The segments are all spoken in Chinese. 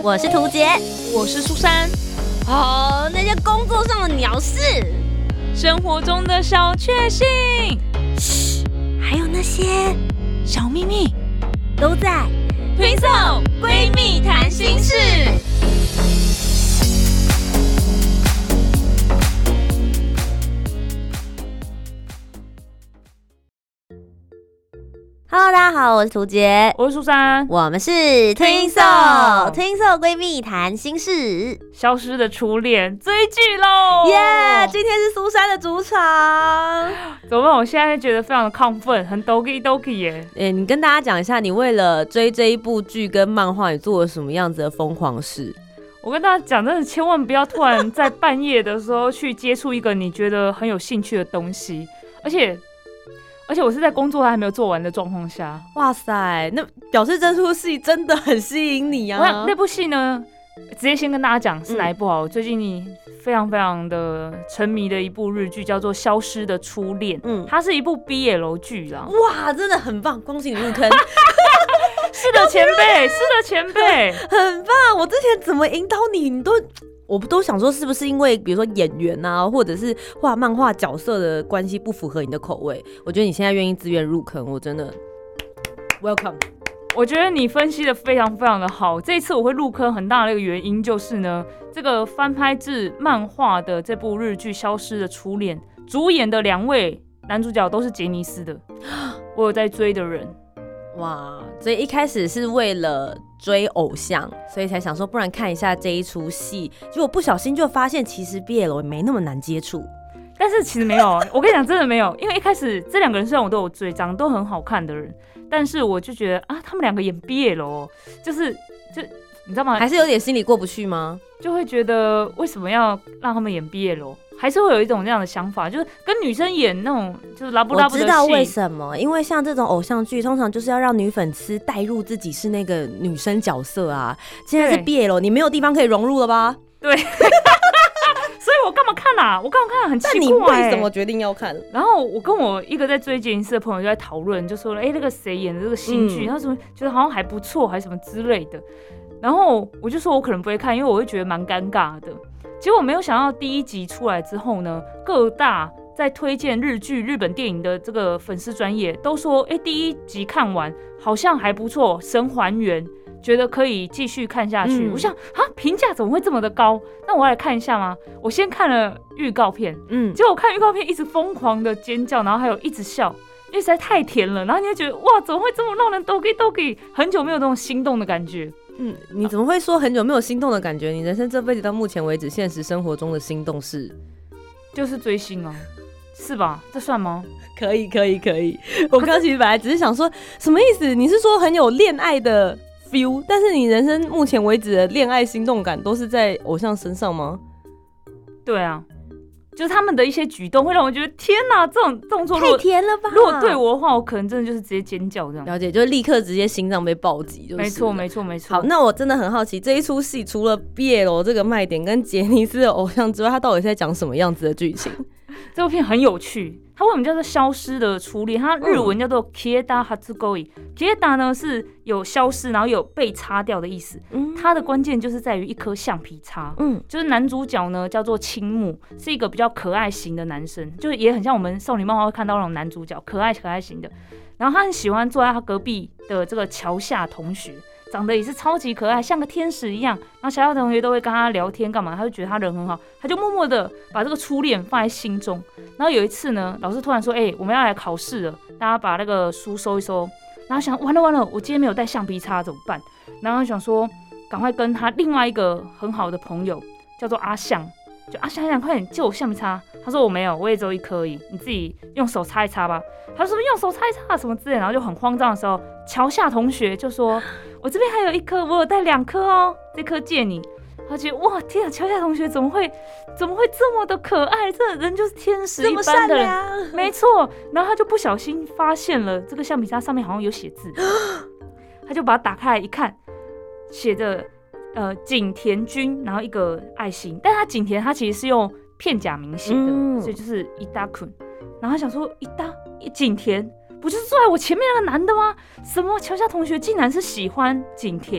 我是涂杰， 我是苏珊。 那些工作上的鸟事， 生活中的小确幸， 嘘，还有那些小秘密， 都在推送闺蜜谈心事。 Hello， 大家好，我是涂杰， 我是苏珊， 我们是 Twinso 闺蜜谈心事。 消失的初恋追剧喽！ 耶！今天是苏珊的主场。 怎么办？我现在觉得非常的亢奋，很 doki 耶。 你跟大家讲一下，你为了追这一部剧跟漫画，你做了什么样子的疯狂事？ 我跟大家讲，真的千万不要突然在半夜的时候去接触一个你觉得很有兴趣的东西，而且我是在工作还没有做完的状况下。 哇塞，那表示这出戏真的很吸引你啊！ 那部戏呢，直接先跟大家讲是哪一部好。我最近非常非常的沉迷的一部日剧叫做《消失的初恋》，它是一部 BL 剧啦。 哇，真的很棒，恭喜你入坑！ 是的，前辈， 很棒。我之前怎么引导你，我都想说是不是因为比如说演员啊，或者是画漫画角色的关系不符合你的口味。我觉得你现在愿意自愿入坑，我真的 welcome。 我觉得你分析的非常非常的好。这一次我会入坑很大的一个原因就是呢，这个翻拍自漫画的这部日剧《消失的初恋》，主演的2位男主角都是杰尼斯的，我有在追的人。 哇，所以一开始是为了追偶像，所以才想说不然看一下这一出戏，结果不小心就发现其实 BL 没那么难接触。 但是其实没有，我跟你讲真的没有，因为一开始这2个人虽然我都有追，长得都很好看的人，但是我就觉得啊，他们2个演 BL 就你知道吗？ 还是有点心里过不去吗？ 就会觉得为什么要让他们演 BL， 还是会有一种这样的想法，就是跟女生演那种就是拉布拉布的戏。 我知道为什么，因为像这种偶像剧，通常就是要让女粉丝带入自己是那个女生角色啊。现在是 BL， 你没有地方可以融入了吧？ 对。所以我干嘛看啊？很奇怪。 但你为什么决定要看？ 然后我跟我一个在追杰尼斯的朋友就在讨论，就说了，那个谁演的这个新剧，他什么觉得好像还不错，还什么之类的。然后我就说我可能不会看，因为我会觉得蛮尴尬的。结果没有想到第1集出来之后呢，各大在推荐日剧、日本电影的这个粉丝专页都说，第1集看完好像还不错，神还原，觉得可以继续看下去。我想评价怎么会这么的高？那我要来看一下吗？我先看了预告片，结果我看预告片一直疯狂的尖叫，然后还有一直笑，因为实在太甜了。然后你会觉得哇，怎么会这么让人doki？很久没有那种心动的感觉。 你怎么会说很久没有心动的感觉？你人生这辈子到目前为止，现实生活中的心动就是追星啊，是吧？这算吗？ 可以。我刚其实本来只是想说，什么意思？你是说很有恋爱的 feel， 但是你人生目前为止的恋爱心动感都是在偶像身上吗？ 对啊。就是他们的一些举动会让我觉得天哪，这种动作太甜了吧！ 如果对我的话，我可能真的就是直接尖叫这样。 了解，就是立刻直接心脏被暴击，就是。 没错。 好，那我真的很好奇，这一出戏除了 BL 这个卖点跟杰尼斯的偶像之外，它到底在讲什么样子的剧情？ 这部片很有趣，它为什么叫做消失的初恋？它日文叫做 Kieda Hatsugoi。Kieda 呢是有消失，然后有被擦掉的意思。它的关键就是在于一颗橡皮擦。就是男主角呢叫做青木，是一个比较可爱型的男生，就是也很像我们少女漫画会看到那种男主角，可爱型的。然后他很喜欢坐在他隔壁的这个桥下同学。长得也是超级可爱，像个天使一样。然后小校同学都会跟他聊天干嘛，他就觉得他人很好，他就默默的把这个初恋放在心中。然后有一次呢，老师突然说：“我们要来考试了，大家把那个书收一收。”然后想完了，我今天没有带橡皮擦怎么办？然后想说赶快跟他另外一个很好的朋友叫做阿象，就阿象快点借我橡皮擦。他说我没有，我也只有1颗而已，你自己用手擦一擦吧。他说用手擦一擦什么之类的，然后就很慌张的时候，桥下同学就说：“我这边还有1颗，我有带2颗哦，这颗借你。”他觉得哇天啊，桥下同学怎么会这么的可爱？这人就是天使一般的人，没错。然后他就不小心发现了这个橡皮擦上面好像有写字，他就把它打开来一看，写着景田君，然后一个爱心，但他景田他其实是用片假名写的，所以就是伊达kun。然后他想说景田不就是坐在我前面那个男的吗？什么桥下同学竟然是喜欢景田？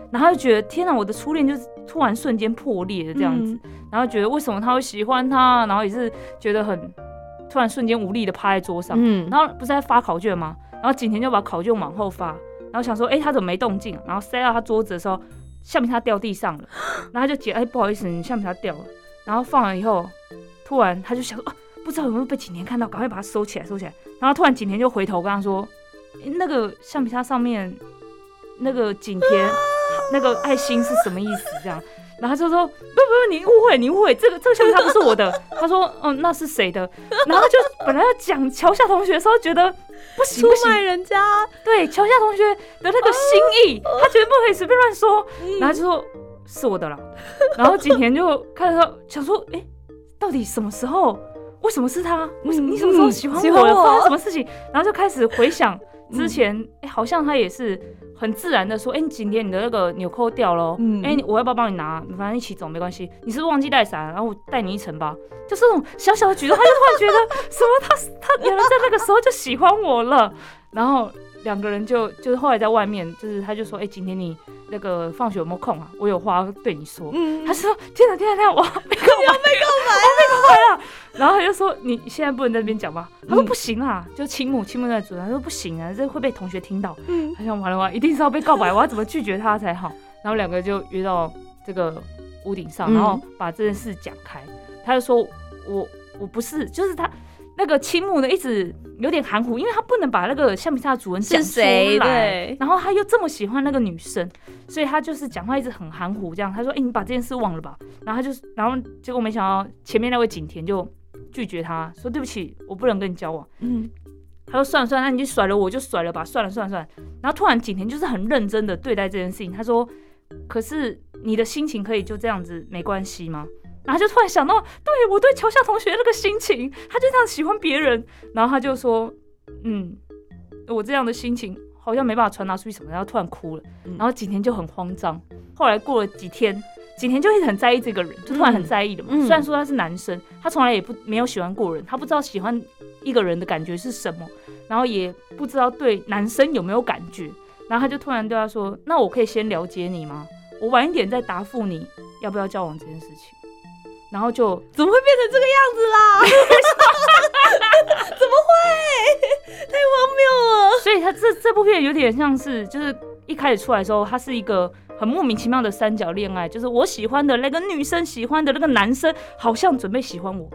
然后他就觉得天哪，我的初恋就是突然瞬间破裂的这样子，然后觉得为什么他会喜欢他，然后也是觉得很突然瞬间无力的趴在桌上，然后不是在发考卷吗？然后景甜就把考卷往后发，然后想说，他怎么没动静？然后塞到他桌子的时候，橡皮擦掉地上了，然后他就解，不好意思，你橡皮擦掉了。然后放了以后，突然他就想说，不知道有没有被景甜看到，赶快把它收起来。然后突然景甜就回头跟他说，那个橡皮擦上面那个景甜那个爱心是什么意思？这样。然后他就说不，你误会，这个橡皮擦不是我的。他说那是谁的？然后他就本来要讲乔夏同学的时候，觉得不行， 出卖人家。 对乔夏同学的那个心意，他觉得不可以随便乱说。然后就说是我的啦。然后景甜就看到想说，到底什么时候？为什么是他？你什么时候喜欢我了？发生什么事情？然后就开始回想之前，好像他也是很自然的说，景甜你的那个纽扣掉了，我要不要帮你拿？反正一起走没关系。你是不是忘记带伞？然后我带你一程吧。就是这种小小的举动，他就突然觉得什么他原来在那个时候就喜欢我了。然后两个人就是后来在外面，就是他就说，景甜你那个放学有没有空啊？我有话要对你说。他说天哪，我没告白了。然后他就说你现在不能在那边讲吧？他说不行啦，就青木在主任，他说不行啊，这会被同学听到。他想完了，一定是要被告白，我要怎么拒绝他才好？然后两个就约到这个屋顶上，然后把这件事讲开。他就说我不是，就是他那个青木呢一直有点含糊，因为他不能把那个橡皮擦的主人讲出来，然后他又这么喜欢那个女生，所以他就是讲话一直很含糊这样。他说你把这件事忘了吧。然后结果没想到前面那位景甜就拒绝他说对不起，我不能跟你交往。他说算了，那你就甩了我就甩了吧，算了。然后突然景甜就是很认真的对待这件事情，他说可是你的心情可以就这样子没关系吗？然后他就突然想到，对我对乔夏同学那个心情，他就这样喜欢别人。然后他就说我这样的心情好像没办法传达出去什么，然后突然哭了。然后景甜就很慌张。后来过了几天，景甜就一直很在意这个人，就突然很在意了嘛。虽然说他是男生，他从来也没有喜欢过人，他不知道喜欢一个人的感觉是什么，然后也不知道对男生有没有感觉。然后他就突然对他说，那我可以先了解你吗？我晚一点再答复你要不要交往这件事情。然后就怎么会变成这个样子啦？怎么会？太荒谬了！ 所以他这部片有点像是，就是一开始出来的时候，它是一个很莫名其妙的三角恋爱，就是我喜欢的那个女生喜欢的那个男生，好像准备喜欢我。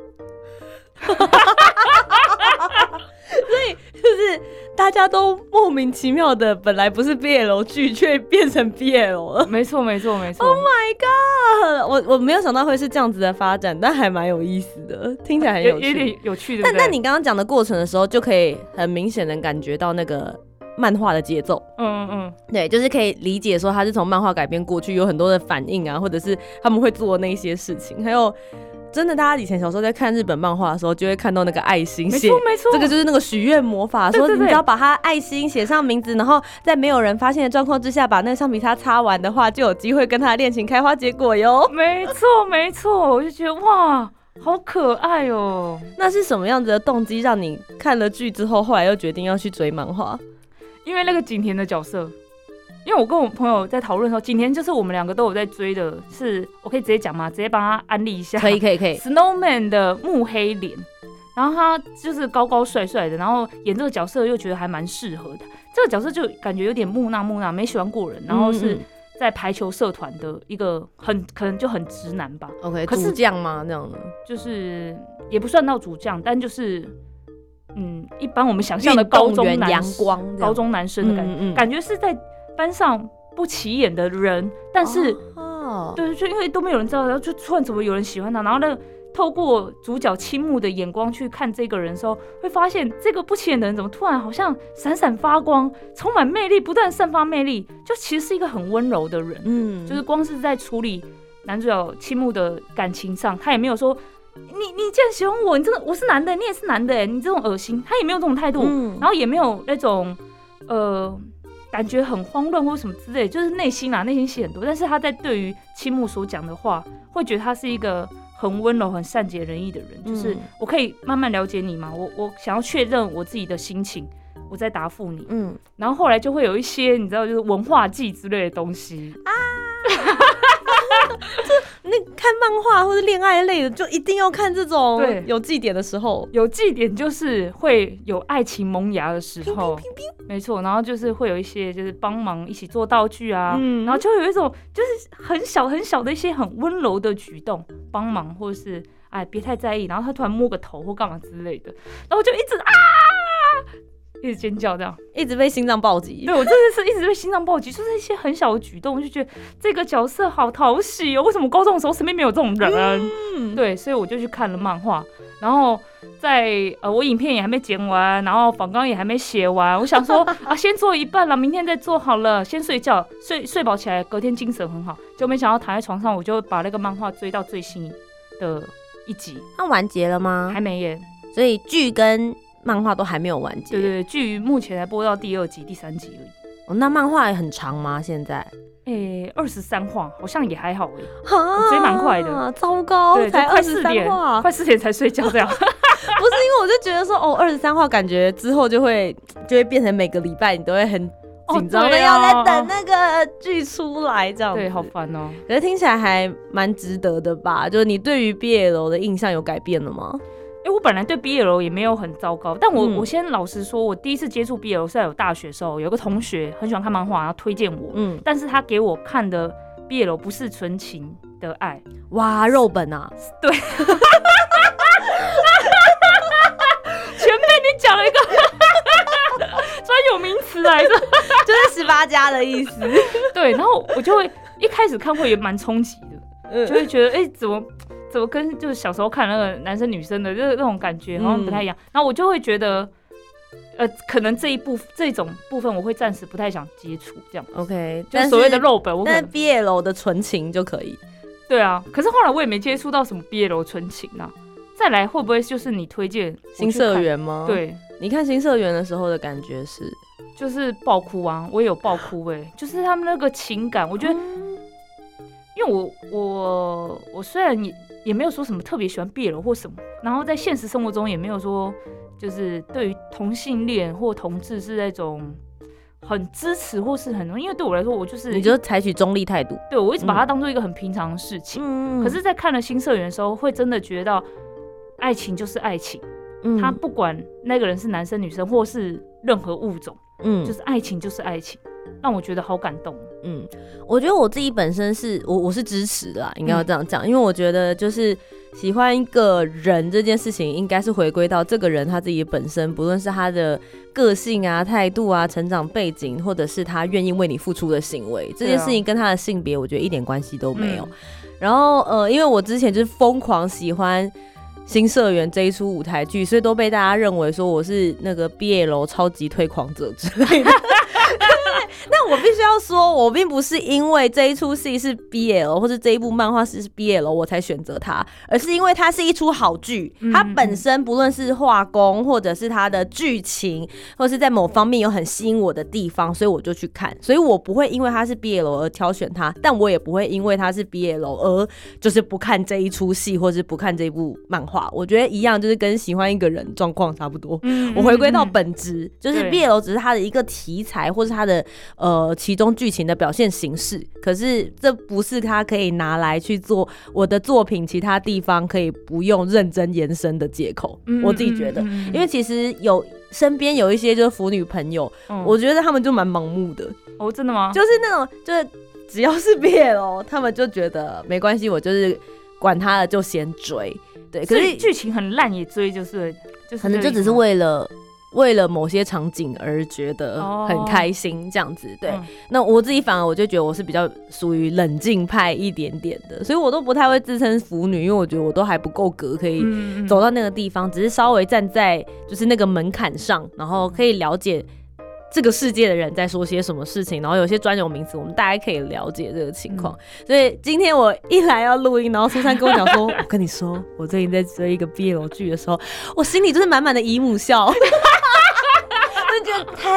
所以就是大家都莫名其妙的，本来不是 BL 剧，却变成 BL 了。 没错。 Oh my god！ 我没有想到会是这样子的发展，但还蛮有意思的，听起来很有趣， 有点有趣，对不对？ 但你刚刚讲的过程的时候，就可以很明显的感觉到那个漫画的节奏。对，就是可以理解说他是从漫画改编过去，有很多的反应啊，或者是他们会做的那些事情，还有。真的，大家以前小时候在看日本漫画的时候，就会看到那个爱心写， 没错， 这个就是那个许愿魔法，说你只要把它爱心写上名字，然后在没有人发现的状况之下，把那个橡皮擦擦完的话，就有机会跟他的恋情开花结果哟。 没错，我就觉得哇，好可爱哦。 那是什么样子的动机让你看了剧之后，后来又决定要去追漫画？ 因为那个景甜的角色。因为我跟我朋友在讨论的时候，景甜就是我们两个都有在追的，是我可以直接讲吗？直接帮他安利一下。 可以。 Snowman 的木黑脸，然后他就是高高帅帅的，然后演这个角色又觉得还蛮适合的。这个角色就感觉有点木讷，没喜欢过人，然后是在排球社团的一个可能就很直男吧。 OK， 主将吗？这样的就是也不算到主将，但就是一般我们想象的高中男生的感觉，感觉是在。班上不起眼的人，但是对，就因为都没有人知道，然后就突然怎么有人喜欢他，然后呢，透过主角青木的眼光去看这个人的时候，会发现这个不起眼的人怎么突然好像闪闪发光，充满魅力，不断散发魅力，就其实是一个很温柔的人。就是光是在处理男主角青木的感情上，他也没有说你既然喜欢我，你真的我是男的，你也是男的，你这种恶心，他也没有这种态度，然后也没有那种感觉很慌乱或什么之类，就是内心戏很多，但是他在对于青木所讲的话，会觉得他是一个很温柔、很善解人意的人，就是我可以慢慢了解你嘛，我想要确认我自己的心情， 我再答复你。然后后来就会有一些你知道就是文化祭之类的东西啊。 那看漫画或者恋爱类的，就一定要看这种有祭典的时候。 有祭典就是会有爱情萌芽的时候，没错。然后就是会有一些就是帮忙一起做道具啊，然后就会有一种就是很小很小的一些很温柔的举动，帮忙或者是别太在意，然后他突然摸个头或干嘛之类的，然后就一直尖叫，这样一直被心脏暴击。 对，我真的是一直被心脏暴击，就是一些很小的举动，我就觉得这个角色好讨喜哦。为什么高中的时候身边没有这种人？对，所以我就去看了漫画，然后在我影片也还没剪完，然后访纲也还没写完，我想说先做一半了，明天再做好了，先睡觉，睡饱起来，隔天精神很好。就没想到躺在床上，我就把那个漫画追到最新的一集。 那完结了吗？ 还没耶， 所以剧跟漫画都还没有完结。 对，剧目前才播到第2集、第3集而已。 那漫画也很长吗？现在 23话，好像也还好我追蛮快的。 糟糕， 对， 才快4点，快4点才睡觉这样。 不是因为我就觉得说23话，感觉之后就会变成每个礼拜你都会很紧张的要在等那个剧出来这样子。 对，好烦哦。 可是听起来还蛮值得的吧？就是你对于 BL 的印象有改变了吗？ 我本来对 BL 也没有很糟糕，但我先老实说，我第一次接触 BL 是在我大学的时候，有个同学很喜欢看漫画，然后推荐我，但是他给我看的 BL 不是纯情的爱， 哇，肉本啊， 对，前面你讲了一个专有名词来着， 就是18+的意思， 对，然后我就会一开始看会也蛮冲击的，就会觉得怎么跟就是小时候看那个男生女生的那种感觉好像不太一样，然后我就会觉得，可能这种部分我会暂时不太想接触，这样 OK， 就所谓的肉本， 但 BL 的纯情就可以。 对啊，可是后来我也没接触到什么 BL 纯情啊。再来会不会就是你推荐新社员吗？对，你看新社员的时候的感觉是， 就是爆哭啊，我也有爆哭就是他们那个情感，我觉得，因为我虽然也没有说什么特别喜欢 BL 或什么，然后在现实生活中也没有说就是对于同性恋或同志是那种很支持或是很，因为对我来说我就是你就采取中立态度， 对我一直把它当做一个很平常的事情。可是在看了新社员的时候，会真的觉得爱情就是爱情，他不管那个人是男生女生或是任何物种，就是爱情就是爱情，让我觉得好感动。 我觉得我自己本身是我是支持的啦，应该要这样讲，因为我觉得就是喜欢一个人这件事情，应该是回归到这个人他自己本身，不论是他的个性啊、态度啊、成长背景，或者是他愿意为你付出的行为，这件事情跟他的性别，我觉得一点关系都没有。然后因为我之前就是疯狂喜欢新社员这一出舞台剧，所以都被大家认为说我是那个 BL 超级推广者之类的。但我必须要说，我并不是因为这一出戏是 BL 或是这一部漫画是 BL 我才选择它，而是因为它是一出好剧，它本身不论是画工或者是它的剧情，或是在某方面有很吸引我的地方，所以我就去看。所以我不会因为它是 BL 而挑选它，但我也不会因为它是 BL 而就是不看这一出戏或是不看这一部漫画。我觉得一样，就是跟喜欢一个人状况差不多。我回归到本质，就是 BL 只是它的一个题材或是它的其中剧情的表现形式，可是这不是他可以拿来去做我的作品其他地方可以不用认真延伸的借口。我自己觉得，因为其实身边有一些就是腐女朋友，我觉得他们就蛮盲目的。 哦，真的吗？ 就是那种就是只要是 BL， 他们就觉得没关系，我就是管他了就先追。对，可是剧情很烂也追，就是可能就只是为了某些场景而觉得很开心这样子。对，那我自己反而我就觉得我是比较属于冷静派一点点的，所以我都不太会自称腐女，因为我觉得我都还不够格可以走到那个地方，只是稍微站在就是那个门槛上，然后可以了解这个世界的人在说些什么事情，然后有些专有名词我们大概可以了解这个情况。所以今天我一来要录音，然后苏珊跟我讲说我跟你说我最近在追一个 BL 剧的时候，我心里就是满满的姨母笑。就觉得太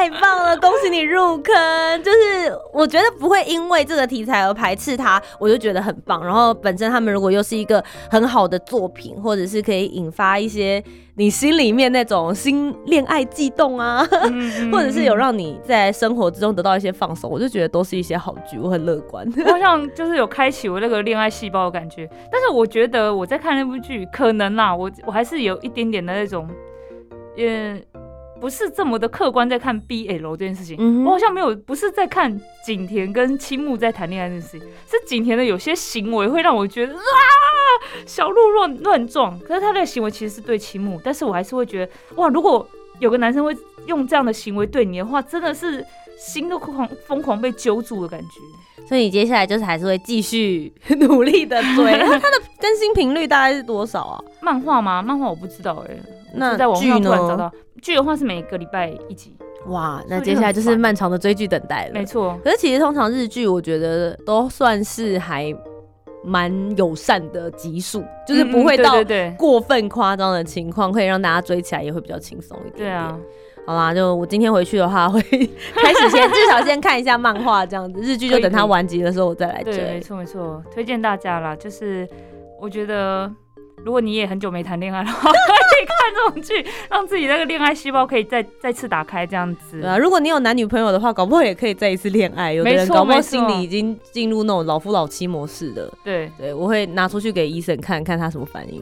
太棒了，恭喜你入坑！就是我觉得不会因为这个题材而排斥它，我就觉得很棒。然后本身他们如果又是一个很好的作品，或者是可以引发一些你心里面那种新恋爱悸动啊，或者是有让你在生活之中得到一些放松，我就觉得都是一些好剧，我很乐观。 我好像就是有开启我那个恋爱细胞的感觉，但是我觉得我在看那部剧，可能啦，我还是有一点点的那种，不是这么的客观在看 BL 这件事情，我好像不是在看景甜跟青木在谈恋爱这件事情，是景甜的有些行为会让我觉得小鹿乱撞，可是他的行为其实是对青木，但是我还是会觉得哇，如果有个男生会用这样的行为对你的话，真的是心都疯狂被揪住的感觉。 所以你接下来就是还是会继续努力的追。它的更新频率大概是多少啊？ 漫画吗？漫画我不知道那在网上突然找到。剧的话是每个礼拜1集。 哇，那接下来就是漫长的追剧等待了。 没错。 可是其实通常日剧我觉得都算是还蛮友善的集数，就是不会到过分夸张的情况，可以让大家追起来也会比较轻松一点点。 对啊。 好啦，就我今天回去的话，会开始至少先看一下漫画这样子，日剧就等它完结的时候我再来追。 对，没错，推荐大家啦。就是我觉得，如果你也很久没谈恋爱的话，可以看这种剧，让自己那个恋爱细胞可以再次打开这样子。 对啊，如果你有男女朋友的话，搞不好也可以再一次恋爱。有的人搞不好心里已经进入那种老夫老妻模式的。 对， 我会拿出去给医生看看他什么反应。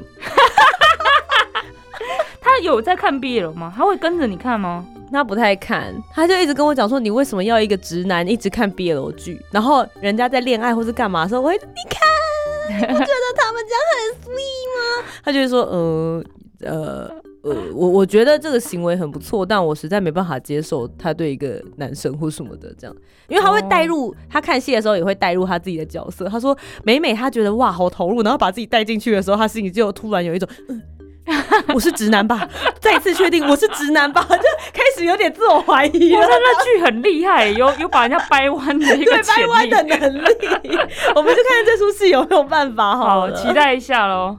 他有在看 BL 吗？他会跟着你看吗？ 他不太看，他就一直跟我讲说，你为什么要一个直男一直看 BL 剧？然后人家在恋爱或是干嘛的时候，我会你看，你不觉得他们这样很 sweet 吗？他就会说，我觉得这个行为很不错，但我实在没办法接受他对一个男生或什么的这样，因为他会带入，他看戏的时候也会带入他自己的角色。他说每他觉得哇好投入，然后把自己带进去的时候，他心里就突然有一种我是直男吧，再次确定我是直男吧，就开始有点自我怀疑了。 那剧很厉害，有把人家掰弯的一个潜力， 掰弯的能力。我们就看看这出戏有没有办法好了， 期待一下咯。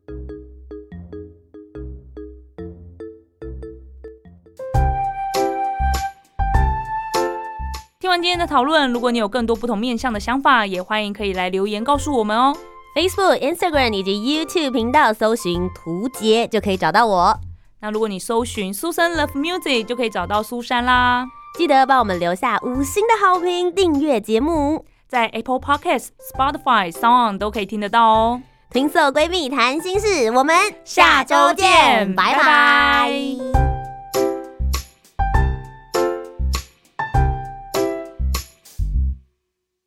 听完今天的讨论，如果你有更多不同面向的想法，也欢迎可以来留言告诉我们哦。 Facebook、Instagram 以及 YouTube 频道搜寻屠洁就可以找到我。 那如果你搜寻苏珊 Love Music 就可以找到苏珊啦。 记得帮我们留下5星的好评，订阅节目， 在 Apple Podcast、Spotify、SoundOn 都可以听得到哦。 听色闺蜜谈心事，我们下周见，拜拜。